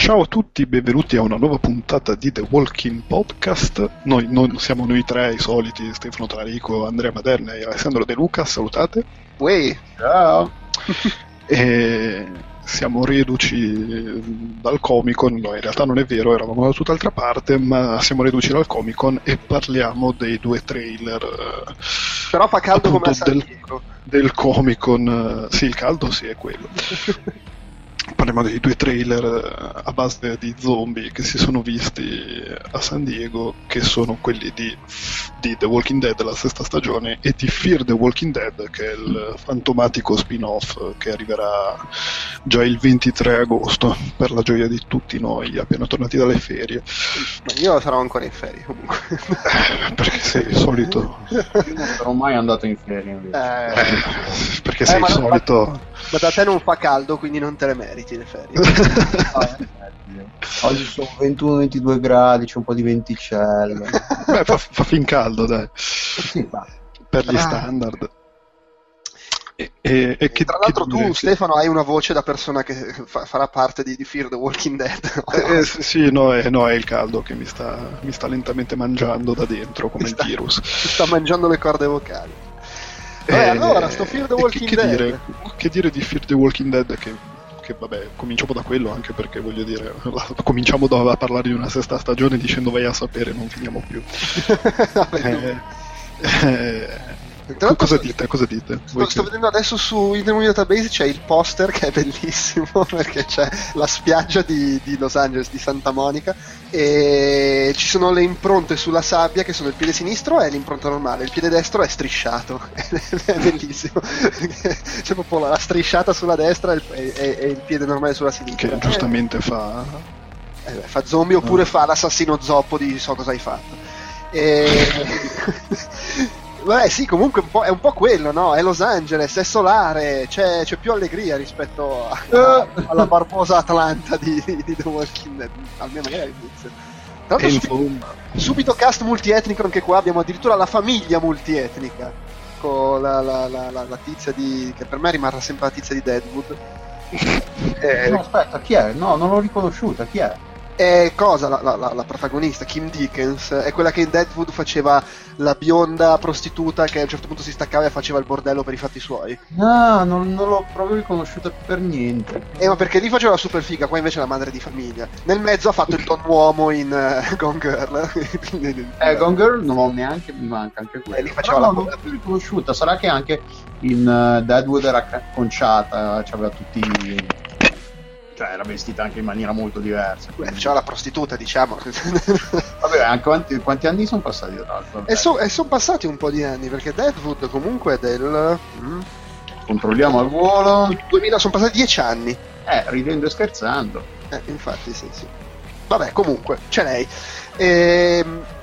Ciao a tutti, benvenuti a una nuova puntata di The Walking Podcast. Noi siamo noi tre, i soliti, Stefano Talarico, Andrea Maderna e Alessandro De Luca, salutate. Uè, ciao. E siamo reduci dal Comic-Con, no, in realtà non è vero, eravamo da tutt'altra parte, ma siamo reduci dal Comic-Con e parliamo dei due trailer. Però fa caldo come a San Diego. Del Comic-Con, sì, il caldo sì è quello. Parliamo dei due trailer a base di zombie che si sono visti a San Diego, che sono quelli di The Walking Dead, la sesta stagione, e di Fear the Walking Dead, che è il fantomatico spin-off che arriverà già il 23 agosto, per la gioia di tutti noi, appena tornati dalle ferie. Ma io sarò ancora in ferie, comunque. Perché sei il solito... Io non sarò mai andato in ferie, invece. Perché sei il solito... Ma da te non fa caldo, quindi non te le meriti le ferie. Oggi sono 21-22 gradi, c'è un po' di venticello. Beh, fa fin caldo, dai. Sì, per gli standard. E che, tra l'altro che tu, Stefano, hai una voce da persona che farà parte di Fear the Walking Dead. Sì, no, è il caldo che mi sta lentamente mangiando da dentro, come il virus. Mi sta mangiando le corde vocali. Allora, sto Fear the Walking Dead. Che dire di Fear the Walking Dead che vabbè, cominciamo da quello, anche perché voglio dire, cominciamo a parlare di una sesta stagione dicendo vai a sapere, non finiamo più. Cosa dite? Sto vedendo adesso su Internet Database c'è il poster che è bellissimo perché c'è la spiaggia di Los Angeles, di Santa Monica, e ci sono le impronte sulla sabbia che sono il piede sinistro è l'impronta normale, il piede destro è strisciato. È bellissimo. C'è proprio la strisciata sulla destra e il piede normale sulla sinistra. Che giustamente fa zombie oppure fa l'assassino zoppo di So cosa hai fatto. Beh sì, comunque è un po' quello, no? È Los Angeles, è solare, c'è più allegria rispetto alla barbosa Atlanta di The Walking Dead, almeno magari all'inizio. Tra l'altro subito cast multietnico anche qua, abbiamo addirittura la famiglia multietnica, con la tizia che per me rimarrà sempre la tizia di Deadwood. No, aspetta, chi è? No, non l'ho riconosciuta, chi è? La protagonista, Kim Dickens, è quella che in Deadwood faceva la bionda prostituta che a un certo punto si staccava e faceva il bordello per i fatti suoi. No, non l'ho proprio riconosciuta per niente. Ma perché lì faceva la super figa, qua invece è la madre di famiglia. Nel mezzo ha fatto il don uomo in Gone Girl. Gone Girl non ho neanche, mi manca anche quello. E lì faceva la non l'ho più riconosciuta, sarà che anche in Deadwood era conciata, c'aveva tutti... Cioè era vestita anche in maniera molto diversa. Faceva la prostituta, diciamo. Vabbè, anche quanti anni sono passati da l'altro? E sono passati un po' di anni, perché Deadwood comunque è del... Controlliamo al volo. 2000, sono passati 10 anni. Ridendo e scherzando. Infatti, sì. Vabbè, comunque, c'è lei. E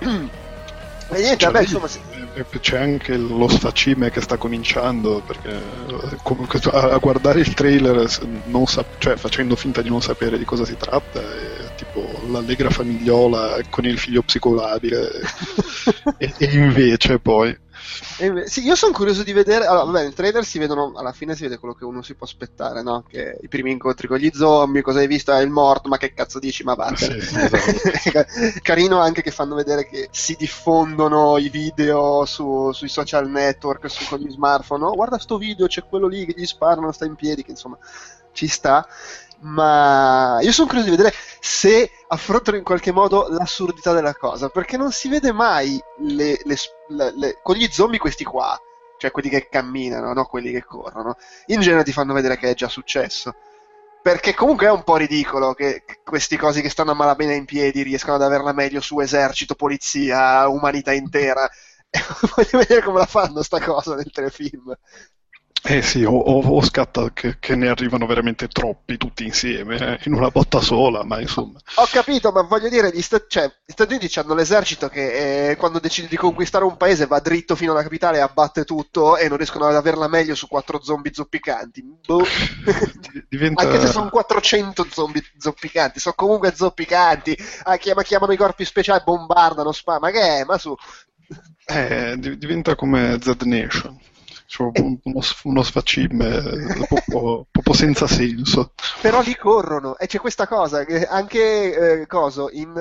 niente, vabbè, insomma... C'è anche lo sfacime che sta cominciando, perché comunque a guardare il trailer cioè facendo finta di non sapere di cosa si tratta, è tipo l'allegra famigliola con il figlio psicolabile e invece poi sì, io sono curioso di vedere. Allora, vabbè, nel trailer alla fine si vede quello che uno si può aspettare, no? Che i primi incontri con gli zombie, cosa hai visto? È il morto, ma che cazzo dici? Ma vattene. Sì, esatto. Carino anche che fanno vedere che si diffondono i video sui social network, con gli smartphone. Oh, guarda sto video, c'è quello lì che gli sparano, sta in piedi, che insomma ci sta. Ma io sono curioso di vedere se affrontano in qualche modo l'assurdità della cosa, perché non si vede mai con gli zombie questi qua, cioè quelli che camminano, no? Quelli che corrono, in genere ti fanno vedere che è già successo, perché comunque è un po' ridicolo che questi cosi che stanno a malapena in piedi riescano ad averla meglio su esercito, polizia, umanità intera. Voglio vedere come la fanno sta cosa nel telefilm. Sì, o scatta che ne arrivano veramente troppi tutti insieme, in una botta sola, ma insomma. Ho capito, ma voglio dire, gli Stati Uniti hanno l'esercito che quando decide di conquistare un paese va dritto fino alla capitale e abbatte tutto, e non riescono ad averla meglio su 4 zombie zoppicanti. Boh. Anche se sono 400 zombie zoppicanti, sono comunque zoppicanti. Chiamano i corpi speciali, bombardano, ma che è? Ma su. Diventa come Z Nation. Cioè, uno sfacime proprio senza senso. Però li corrono, e c'è questa cosa, che anche coso, in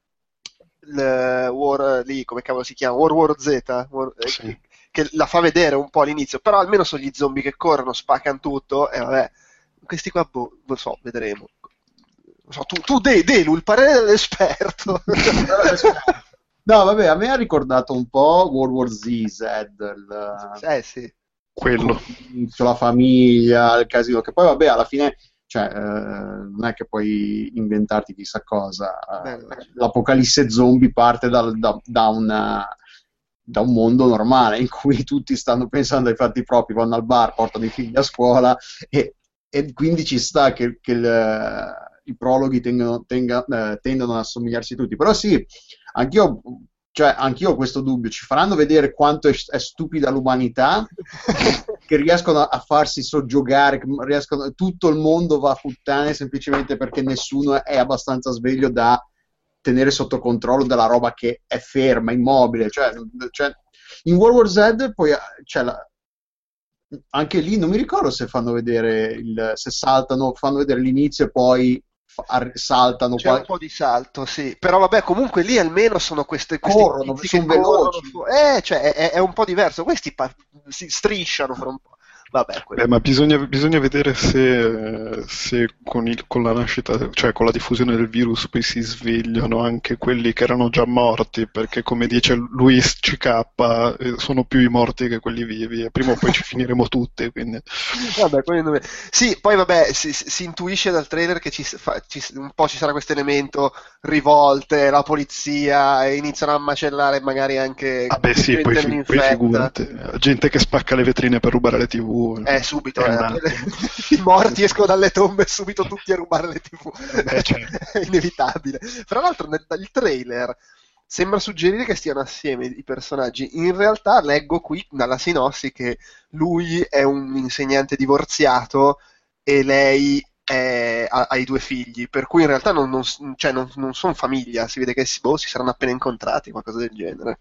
il War, lì, come cavolo si chiama? World War Z, Sì. che la fa vedere un po' all'inizio, però almeno sono gli zombie che corrono, spaccano tutto, e vabbè, questi qua, boh, non so, vedremo. Non so, tu Delu, il parere dell'esperto. No, vabbè, a me ha ricordato un po' World War Z, Sì. Quello. la famiglia, il casino, che poi vabbè, alla fine, cioè, non è che puoi inventarti chissà cosa. Beh, L'apocalisse zombie parte da un mondo normale in cui tutti stanno pensando ai fatti propri, vanno al bar, portano i figli a scuola e quindi ci sta che i prologhi tendono ad assomigliarsi tutti. Però sì, anch'io ho questo dubbio, ci faranno vedere quanto è stupida l'umanità, che riescono a farsi soggiogare, tutto il mondo va a puttane semplicemente perché nessuno è abbastanza sveglio da tenere sotto controllo della roba che è ferma, immobile. Cioè in World War Z poi anche lì non mi ricordo se fanno vedere se saltano, fanno vedere l'inizio e poi saltano. C'è un po' di salto, sì, però vabbè, comunque lì almeno sono questi corrono, tizi sono che veloci. Cioè è un po' diverso. Questi si strisciano fra un po'. Vabbè, Ma bisogna vedere se con la nascita, cioè con la diffusione del virus poi si svegliano anche quelli che erano già morti, perché come dice Luis CK, sono più i morti che quelli vivi, e prima o poi ci finiremo tutti, quindi... Vabbè, sì, poi vabbè, si intuisce dal trailer che un po' ci sarà questo elemento rivolte, la polizia, e iniziano a macellare magari anche Vabbè sì, poi figurati, gente che spacca le vetrine per rubare le TV. Subito, i morti escono dalle tombe subito tutti a rubare le TV. Certo. È inevitabile. Fra l'altro il trailer sembra suggerire che stiano assieme i personaggi. In realtà leggo qui dalla sinossi che lui è un insegnante divorziato e lei ha i due figli, per cui in realtà non sono famiglia, si vede che si saranno appena incontrati, qualcosa del genere.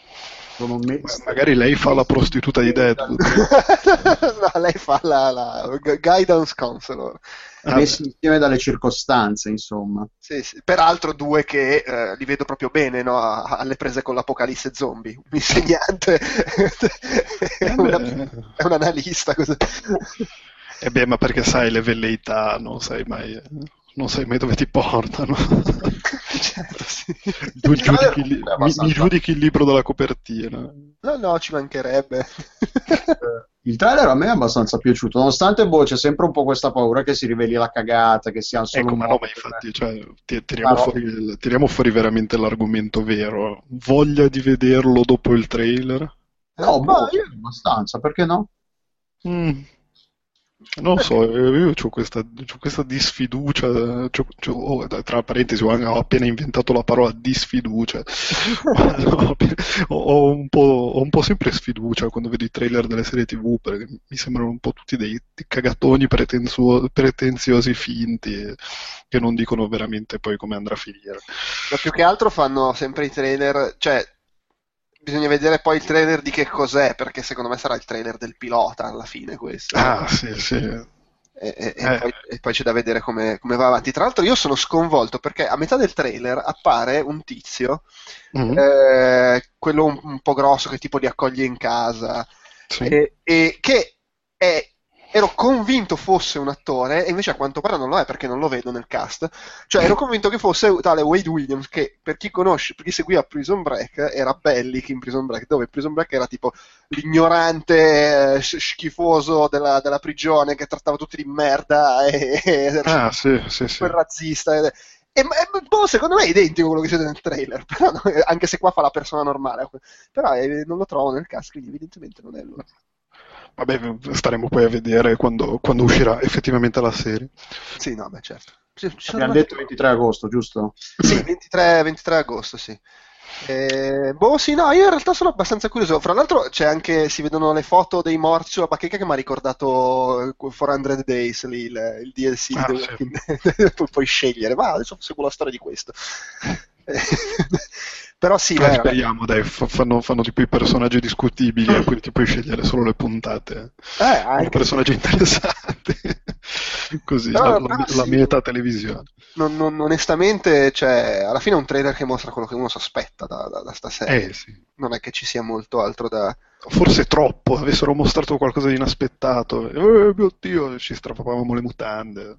Magari lei fa la prostituta di Deadwood. No, lei fa la guidance counselor. Messi insieme dalle circostanze, insomma. Sì. Peraltro due che li vedo proprio bene, no? Alle prese con l'apocalisse zombie. Un insegnante è un analista. Ma perché sai le velleità, non sai mai dove ti portano. Certo, sì. Mi giudichi il libro dalla copertina. No, ci mancherebbe. Il trailer a me è abbastanza piaciuto, nonostante c'è sempre un po' questa paura che si riveli la cagata, che sia solo ma infatti, cioè, tiriamo fuori veramente l'argomento vero. Voglia di vederlo dopo il trailer? No, io abbastanza, perché no? Non so, io ho questa disfiducia, tra parentesi ho appena inventato la parola disfiducia. Ho un po' sempre sfiducia quando vedo i trailer delle serie TV, perché mi sembrano un po' tutti dei cagatoni pretenziosi finti, che non dicono veramente poi come andrà a finire. Ma più che altro fanno sempre i trailer, cioè bisogna vedere poi il trailer di che cos'è, perché secondo me sarà il trailer del pilota alla fine questo. Sì. E poi c'è da vedere come va avanti. Tra l'altro io sono sconvolto perché a metà del trailer appare un tizio, quello un po' grosso che tipo li accoglie in casa, sì. e che ero convinto fosse un attore, e invece a quanto pare non lo è, perché non lo vedo nel cast. Cioè ero convinto che fosse tale Wade Williams, che per chi seguiva Prison Break era Bellic in Prison Break, dove Prison Break era tipo l'ignorante schifoso della prigione che trattava tutti di merda e sì. quel razzista. Secondo me è identico a quello che si vede nel trailer, però, anche se qua fa la persona normale, però non lo trovo nel cast, quindi evidentemente non è lui. Vabbè, staremo poi a vedere quando uscirà effettivamente la serie. Sì, no, beh, certo. Abbiamo detto 23 agosto, giusto? Sì, 23 agosto, sì. Sì, no, io in realtà sono abbastanza curioso. Fra l'altro si vedono le foto dei morti sulla bacheca che mi ha ricordato 400 Days, lì, il DLC. Sì. Puoi scegliere, ma adesso seguo la storia di questo. Però sì, beh, Speriamo, dai, fanno tipo i personaggi discutibili e poi ti puoi scegliere solo le puntate con anche personaggi interessanti. Così, però la sì, meta televisione. onestamente, cioè, alla fine è un trailer che mostra quello che uno si aspetta da sta serie. Sì. Non è che ci sia molto altro da... Forse troppo, avessero mostrato qualcosa di inaspettato. Mio Dio, ci strappavamo le mutande.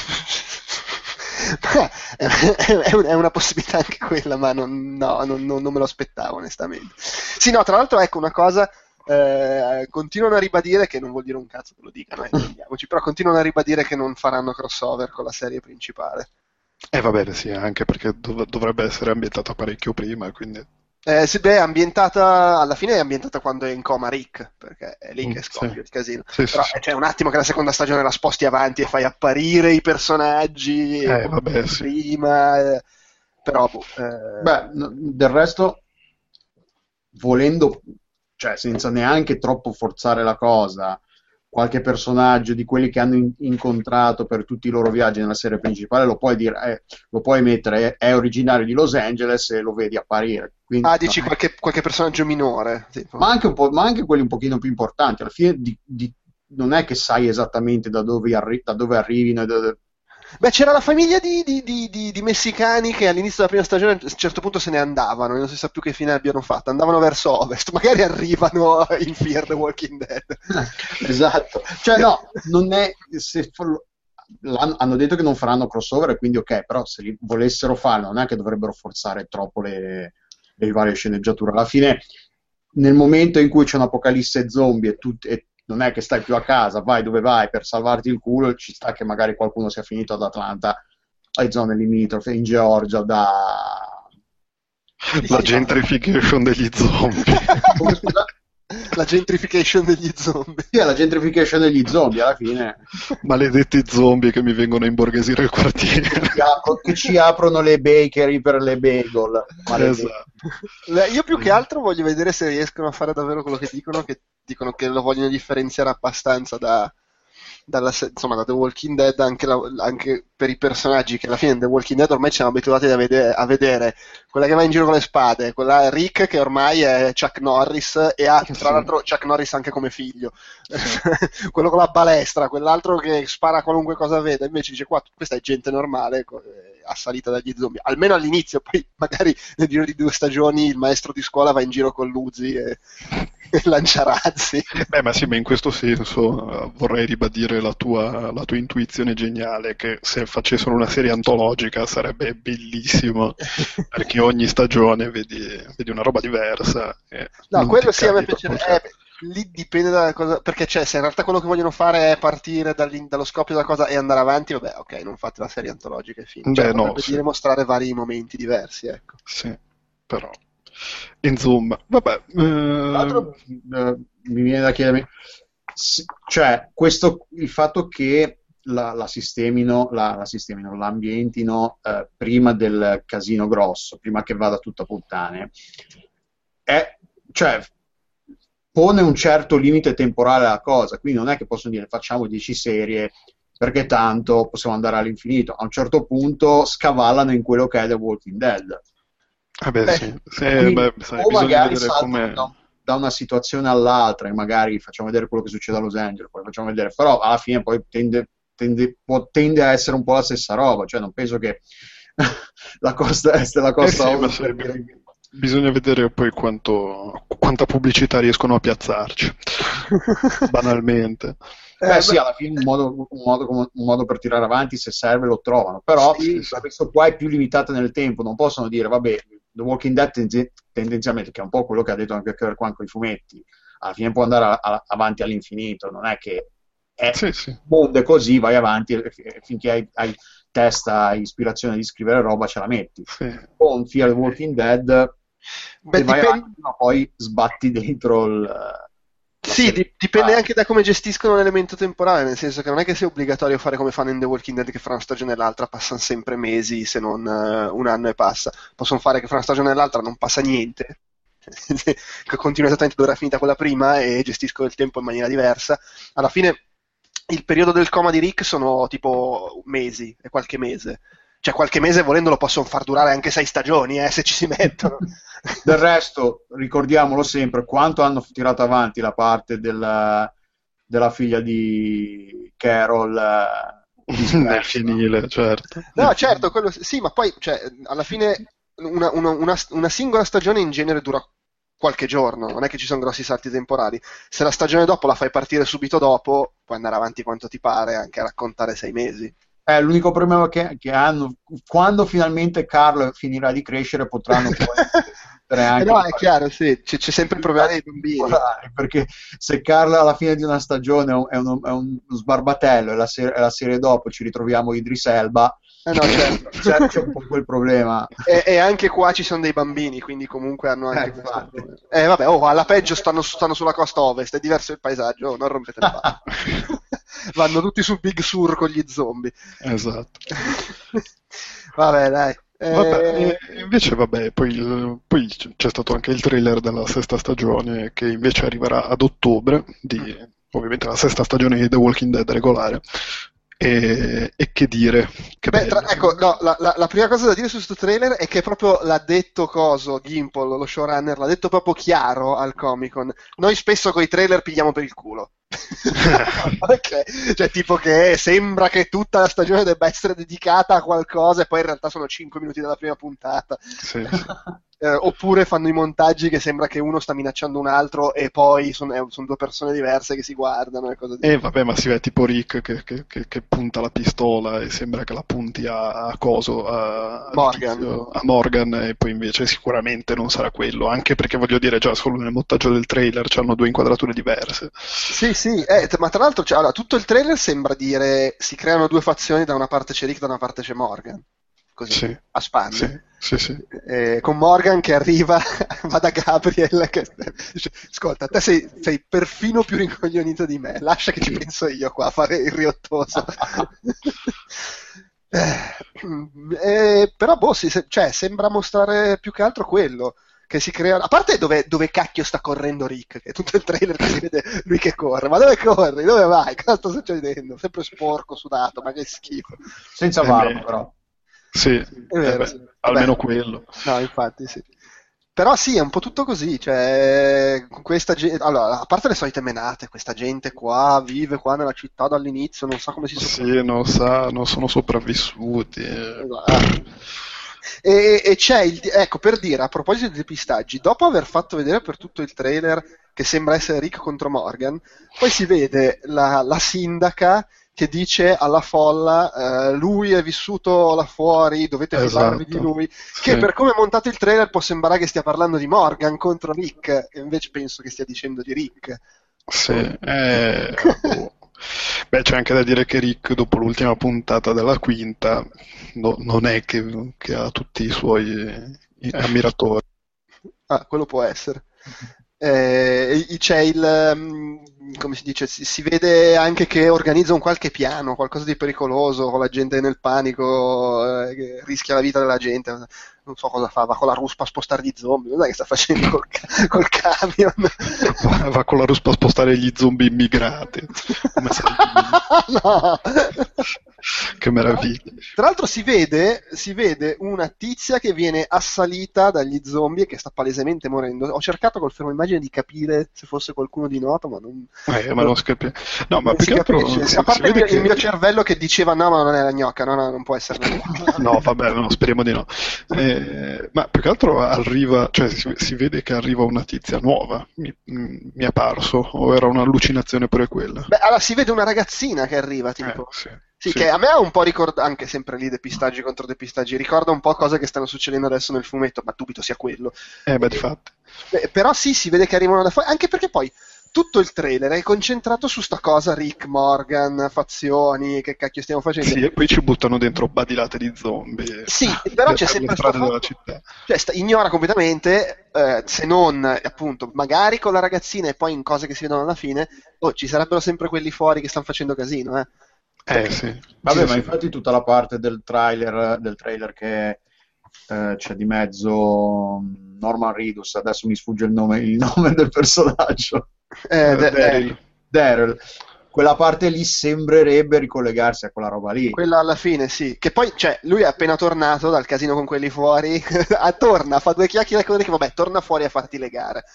È una possibilità anche quella, ma non me lo aspettavo onestamente. Sì, no, tra l'altro ecco una cosa, continuano a ribadire che non vuol dire un cazzo che lo dicano, intendiamoci, però continuano a ribadire che non faranno crossover con la serie principale. Va bene, sì, anche perché dovrebbe essere ambientata parecchio prima, quindi... Sì, beh, alla fine è ambientata quando è in coma Rick, perché è lì che scoppia sì. il casino. Sì, Però sì. c'è un attimo che la seconda stagione la sposti avanti e fai apparire i personaggi Vabbè, sì. prima, però Beh, del resto, volendo, cioè senza neanche troppo forzare la cosa, qualche personaggio di quelli che hanno incontrato per tutti i loro viaggi nella serie principale lo puoi dire, lo puoi mettere, è originario di Los Angeles e lo vedi apparire. Quindi, dici qualche personaggio minore, tipo. ma anche quelli un pochino più importanti. Alla fine non è che sai esattamente da dove arrivino. Beh, c'era la famiglia di messicani che all'inizio della prima stagione a un certo punto se ne andavano, non si sa più che fine abbiano fatto, andavano verso ovest, magari arrivano in Fear the Walking Dead. Esatto, cioè no, non è... hanno detto che non faranno crossover e quindi ok, però se li volessero fare non è che dovrebbero forzare troppo le varie sceneggiature. Alla fine, nel momento in cui c'è un'apocalisse zombie e non è che stai più a casa, vai dove vai per salvarti il culo, ci sta che magari qualcuno sia finito ad Atlanta, alle zone limitrofe, in Georgia, La gentrification degli zombie. La gentrification degli zombie. Sì, la gentrification degli zombie, alla fine. Maledetti zombie che mi vengono a imborghesire il quartiere. Che ci aprono le bakery per le bagel. Esatto. Io più che altro voglio vedere se riescono a fare davvero quello che dicono che lo vogliono differenziare abbastanza da The Walking Dead, anche per i personaggi che alla fine The Walking Dead ormai ci siamo abituati a vedere quella che va in giro con le spade, quella Rick che ormai è Chuck Norris e ha tra l'altro Chuck Norris anche come figlio, quello con la balestra, quell'altro che spara qualunque cosa vede, invece dice qua questa è gente normale assalita dagli zombie, almeno all'inizio, poi magari nel giro di 2 stagioni il maestro di scuola va in giro con l'Uzi e lancia razzi. Ma sì, ma in questo senso vorrei ribadire la tua intuizione geniale che se facessero una serie antologica sarebbe bellissimo perché ogni stagione vedi una roba diversa. No, quello sì, a me piacerebbe. Lì dipende dalla cosa, perché se in realtà quello che vogliono fare è partire dallo scoppio della cosa e andare avanti, vabbè, ok, non fate la serie antologica e fine. Dire mostrare vari momenti diversi, ecco. Sì, però insomma, vabbè. Tra l'altro, mi viene da chiedermi, cioè, il fatto che la sistemino, l'ambientino prima del casino grosso, prima che vada tutta a puttane, cioè, pone un certo limite temporale alla cosa, quindi non è che possono dire facciamo 10 serie perché tanto possiamo andare all'infinito. A un certo punto scavallano in quello che è The Walking Dead. O magari saltano da una situazione all'altra e magari facciamo vedere quello che succede a Los Angeles, poi facciamo vedere, però alla fine poi tende a essere un po' la stessa roba, cioè non penso che la costa est e la costa ovest bisogna vedere poi quanta pubblicità riescono a piazzarci banalmente. Sì, alla fine un modo per tirare avanti, se serve lo trovano, però questo qua è più limitato nel tempo, non possono dire vabbè, The Walking Dead tendenzialmente, che è un po' quello che ha detto anche Kirk con i fumetti, alla fine può andare avanti all'infinito, non è che mondo è così, vai avanti finché hai testa, ispirazione di scrivere roba, ce la metti. Con Fear the Walking Dead vai avanti, ma poi sbatti dentro dipende anche da come gestiscono l'elemento temporale, nel senso che non è che sia obbligatorio fare come fanno in The Walking Dead, che fra una stagione e l'altra passano sempre mesi, se non un anno e passa. Possono fare che fra una stagione e l'altra non passa niente, che continua esattamente dove era finita quella prima e gestiscono il tempo in maniera diversa. Alla fine il periodo del coma di Rick sono tipo mesi e qualche mese. Cioè, qualche mese volendolo possono far durare anche 6 stagioni, se ci si mettono. Del resto, ricordiamolo sempre, quanto hanno tirato avanti la parte della figlia di Carol nel finile, certo. No, certo, quello sì, ma poi, cioè, alla fine una singola stagione in genere dura qualche giorno, non è che ci sono grossi salti temporali. Se la stagione dopo la fai partire subito dopo, puoi andare avanti quanto ti pare, anche a raccontare 6 mesi. L'unico problema che hanno, quando finalmente Carl finirà di crescere, potranno anche no, è chiaro, sì, c'è sempre il problema dei bambini. Perché se Carl alla fine di una stagione è uno sbarbatello e la serie dopo ci ritroviamo Idris Elba, no, certo. c'è un po' quel problema. E anche qua ci sono dei bambini, quindi comunque hanno anche questo problema. Vabbè, alla peggio stanno sulla costa ovest, è diverso il paesaggio, non rompete le palle. Vanno tutti sul Big Sur con gli zombie. Esatto. Vabbè, dai. Invece, poi c'è stato anche il trailer della sesta stagione, che invece arriverà ad ottobre, ovviamente la sesta stagione di The Walking Dead regolare. E che dire, che bello. Ecco, no, la prima cosa da dire su questo trailer è che proprio l'ha detto Gimple, lo showrunner, l'ha detto proprio chiaro al Comic-Con. Noi spesso con i trailer pigliamo per il culo. Okay. Cioè, tipo che sembra che tutta la stagione debba essere dedicata a qualcosa e poi in realtà sono 5 minuti dalla prima puntata. Sì. Oppure fanno i montaggi che sembra che uno sta minacciando un altro e poi sono due persone diverse che si guardano e cose di vabbè, ma si vede tipo Rick che punta la pistola e sembra che la punti a Morgan, e poi invece sicuramente non sarà quello, anche perché voglio dire, già solo nel montaggio del trailer c'hanno 2 inquadrature diverse. Sì, ma tra l'altro allora, tutto il trailer sembra dire si creano 2 fazioni, da una parte c'è Rick, da una parte c'è Morgan. Così, sì, a spanne. Sì. Con Morgan che arriva, va da Gabriel che dice: ascolta, te sei perfino più rincoglionito di me, lascia che ci penso io qua a fare il riottoso. Però sembra mostrare più che altro quello che si crea, a parte dove cacchio sta correndo Rick, che è tutto il trailer che si vede lui che corre, ma dove corri, dove vai, cosa sta succedendo, sempre sporco, sudato, ma che schifo, senza barba però. Sì, è vero, sì. Almeno quello. No, infatti sì. Però sì, è un po' tutto così, cioè questa gente, allora, a parte le solite menate, questa gente qua vive qua nella città dall'inizio, non sa come si sopravvive. Sì, non sono sopravvissuti. E c'è ecco, per dire, a proposito dei depistaggi, dopo aver fatto vedere per tutto il trailer che sembra essere Rick contro Morgan, poi si vede la sindaca che dice alla folla lui è vissuto là fuori, dovete fidarvi di lui, che per come è montato il trailer può sembrare che stia parlando di Morgan contro Rick, e invece penso che stia dicendo di Rick. Sì, Beh, c'è anche da dire che Rick dopo l'ultima puntata della quinta non è che ha tutti i suoi ammiratori. Quello può essere. C'è come si dice, si vede anche che organizza un qualche piano, qualcosa di pericoloso, con la gente nel panico, che rischia la vita della gente, non so cosa fa, va con la ruspa a spostare gli zombie, non è che sta facendo col camion. Va con la ruspa a spostare gli zombie immigrati. No! Che meraviglia. Tra l'altro si vede una tizia che viene assalita dagli zombie e che sta palesemente morendo. Ho cercato col fermo immagine di capire se fosse qualcuno di noto, ma non... ma non capisce. No, ma più che altro... A parte il mio cervello che diceva no, ma non è la gnocca, no, non può essere la gnocca. No, vabbè, no, speriamo di no. Ma più che altro arriva, cioè si vede che arriva una tizia nuova, mi è parso, o era un'allucinazione pure quella? Beh, allora si vede una ragazzina che arriva, tipo... Sì, che a me ha un po' ricordato, anche sempre lì depistaggi contro depistaggi, ricorda un po' cose che stanno succedendo adesso nel fumetto, ma dubito sia quello. Difatti. Però sì, si vede che arrivano da fuori, anche perché poi tutto il trailer è concentrato su sta cosa, Rick, Morgan, fazioni, che cacchio stiamo facendo. Sì, e poi ci buttano dentro badilate di zombie. Sì, però c'è sempre strada della città. Cioè, ignora completamente, se non, appunto, magari con la ragazzina e poi in cose che si vedono alla fine, ci sarebbero sempre quelli fuori che stanno facendo casino, sì. Vabbè, ma infatti tutta la parte del trailer che c'è di mezzo Norman Reedus, adesso mi sfugge il nome del personaggio. Daryl. quella parte lì sembrerebbe ricollegarsi a quella roba lì. Quella alla fine, sì. Che poi, cioè, lui è appena tornato dal casino con quelli fuori, torna, fa due chiacchiere con quelli che, vabbè, torna fuori a farti legare.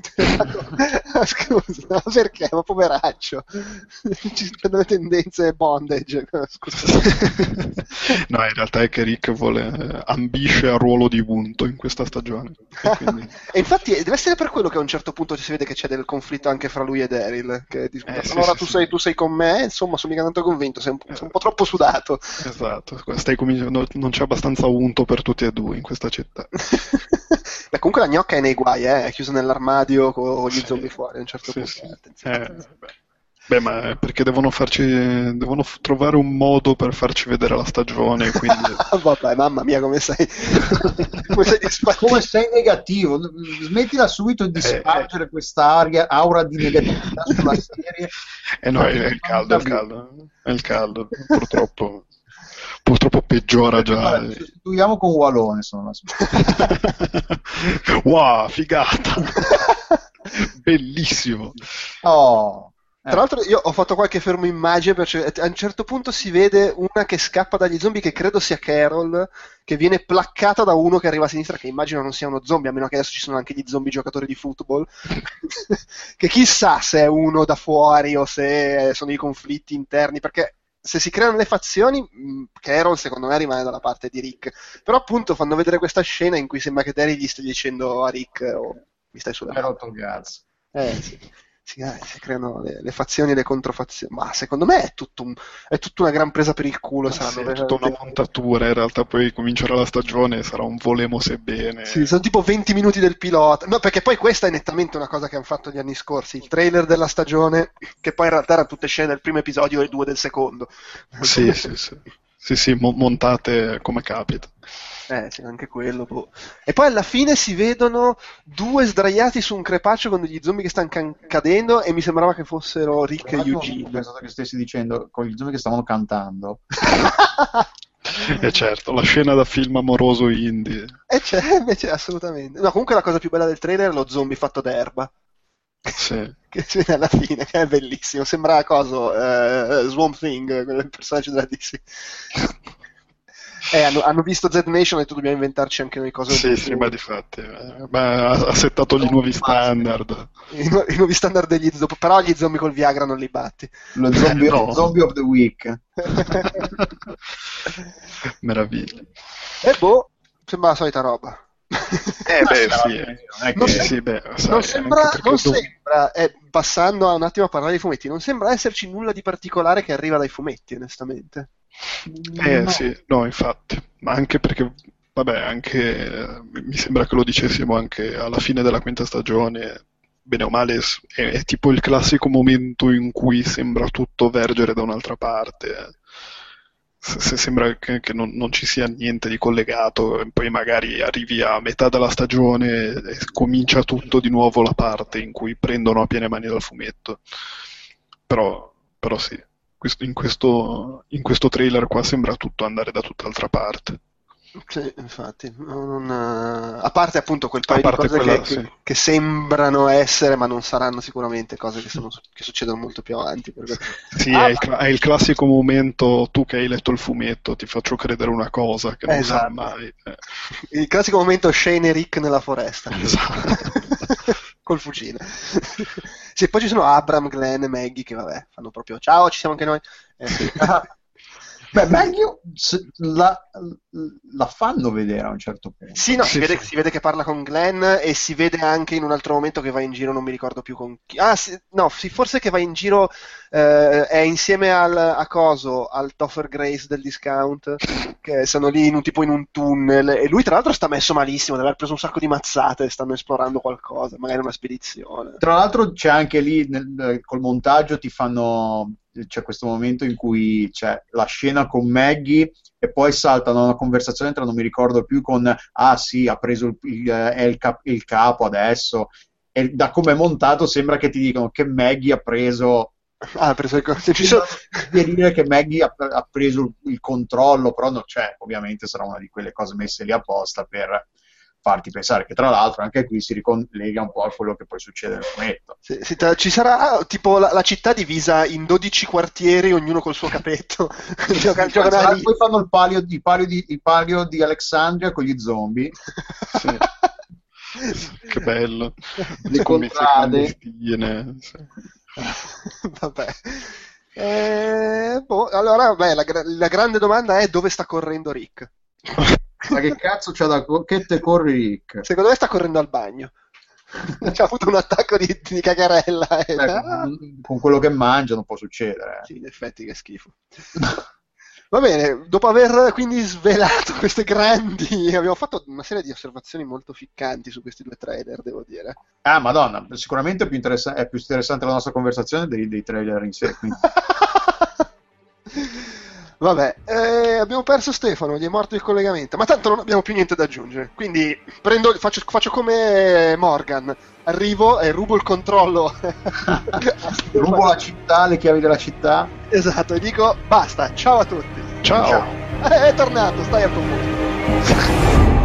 Scusa, ma perché? Ma poveraccio. Ci sono le tendenze bondage. Scusa. No, in realtà è che Rick ambisce al ruolo di Ubuntu in questa stagione. Quindi... E infatti deve essere per quello che a un certo punto si vede che c'è del conflitto anche fra lui e Daryl. Che allora tu sei con me, insomma, sono mica tanto convinto, sei un po' troppo sudato. Esatto, stai cominciando, non c'è abbastanza unto per tutti e due in questa città. Beh, comunque la gnocca è nei guai, è chiusa nell'armadio con gli zombie fuori a un certo punto. Beh, ma è perché devono trovare un modo per farci vedere la stagione, quindi... Vabbè, mamma mia, come sei come sei negativo, smettila subito di spargere questa aura di negatività sulla serie. No, è il caldo, purtroppo peggiora già. Sostituiamo con Walone, sono wow, figata. Bellissimo. Oh. Tra l'altro io ho fatto qualche fermo immagine, perché a un certo punto si vede una che scappa dagli zombie, che credo sia Carol, che viene placcata da uno che arriva a sinistra, che immagino non sia uno zombie, a meno che adesso ci sono anche gli zombie giocatori di football, che chissà se è uno da fuori o se sono i conflitti interni, perché se si creano le fazioni, Carol secondo me rimane dalla parte di Rick, però appunto fanno vedere questa scena in cui sembra che Daryl gli stia dicendo a Rick mi stai sulla rotto il cazzo. Sì. Si creano le fazioni e le controfazioni, ma secondo me è tutta una gran presa per il culo. Sì, è tutta una montatura, in realtà poi comincerà la stagione, sarà un volemo sebbene. Sì, sono tipo 20 minuti del pilota, no, perché poi questa è nettamente una cosa che hanno fatto gli anni scorsi, il trailer della stagione, che poi in realtà erano tutte scene del primo episodio e 2 del secondo. Sì, montate come capita. Sì, anche quello. E poi alla fine si vedono due sdraiati su un crepaccio con degli zombie che stanno cadendo e mi sembrava che fossero Rick e Eugene. Penso che stessi dicendo con gli zombie che stavano cantando. Certo, la scena da film amoroso indie. C'è, assolutamente. No, comunque la cosa più bella del trailer è lo zombie fatto da erba. Sì. Che c'è alla fine, che è bellissimo. Sembra Swamp Thing, il personaggio della DC. Hanno visto Z Nation e tu dobbiamo inventarci anche noi cose. Sì, ma difatti ha settato gli nuovi standard. I nuovi standard degli zombie, però gli zombie col Viagra non li batti. Lo zombie, no. Zombie of the week. Meraviglia. E sembra la solita roba. Non sembra, passando un attimo a parlare dei fumetti, non sembra esserci nulla di particolare che arriva dai fumetti, onestamente. No, infatti, ma anche perché, vabbè, mi sembra che lo dicessimo anche alla fine della quinta stagione, bene o male, è tipo il classico momento in cui sembra tutto vergere da un'altra parte. Se sembra che non ci sia niente di collegato, e poi magari arrivi a metà della stagione e comincia tutto di nuovo la parte in cui prendono a piene mani dal fumetto. Però sì, in questo trailer qua sembra tutto andare da tutt'altra parte. Sì, infatti, a parte appunto quel paio di cose che sembrano essere, ma non saranno sicuramente cose che succedono molto più avanti. Sì, è il classico momento, tu che hai letto il fumetto, ti faccio credere una cosa che non sa mai. Il classico momento Shane e Rick nella foresta. Esatto. Col fucile. Sì, poi ci sono Abram, Glenn e Maggie che vabbè, fanno proprio ciao, ci siamo anche noi. Beh, Maggie la fanno vedere a un certo punto. Sì, no, si vede che parla con Glenn e si vede anche in un altro momento che va in giro, non mi ricordo più con chi. Forse che va in giro è insieme al Topher Grace del discount, che sono lì in un tunnel e lui tra l'altro sta messo malissimo, deve aver preso un sacco di mazzate, stanno esplorando qualcosa, magari una spedizione. Tra l'altro c'è anche lì col montaggio c'è questo momento in cui c'è la scena con Maggie e poi saltano una conversazione tra non mi ricordo più con sì, ha preso il capo adesso, e da come è montato sembra che ti dicono che Maggie ha preso dire che Maggie ha preso il controllo, però non c'è, ovviamente sarà una di quelle cose messe lì apposta per farti pensare che tra l'altro anche qui si ricollega un po' a quello che poi succede nel fumetto. Ci sarà tipo la città divisa in 12 quartieri, ognuno col suo capetto. Poi fanno il palio di Alexandria con gli zombie. Sì. Che bello. Le contrade. Sì. Vabbè. Allora, la grande domanda è: dove sta correndo Rick? Ma che cazzo c'ha che te corri, Rick? Secondo me sta correndo al bagno. C'ha avuto un attacco di cagarella. Con quello che mangia non può succedere. Sì, in effetti, che schifo. Va bene, dopo aver quindi svelato queste grandi, abbiamo fatto una serie di osservazioni molto ficcanti su questi due trailer, devo dire. Ah, Madonna, sicuramente è più interessante la nostra conversazione dei trailer in sé. Vabbè, abbiamo perso Stefano, gli è morto il collegamento, ma tanto non abbiamo più niente da aggiungere, quindi faccio come Morgan, arrivo e rubo il controllo. Rubo la città, le chiavi della città. Esatto, e dico basta, ciao a tutti. Ciao. È tornato, stai al tuo posto.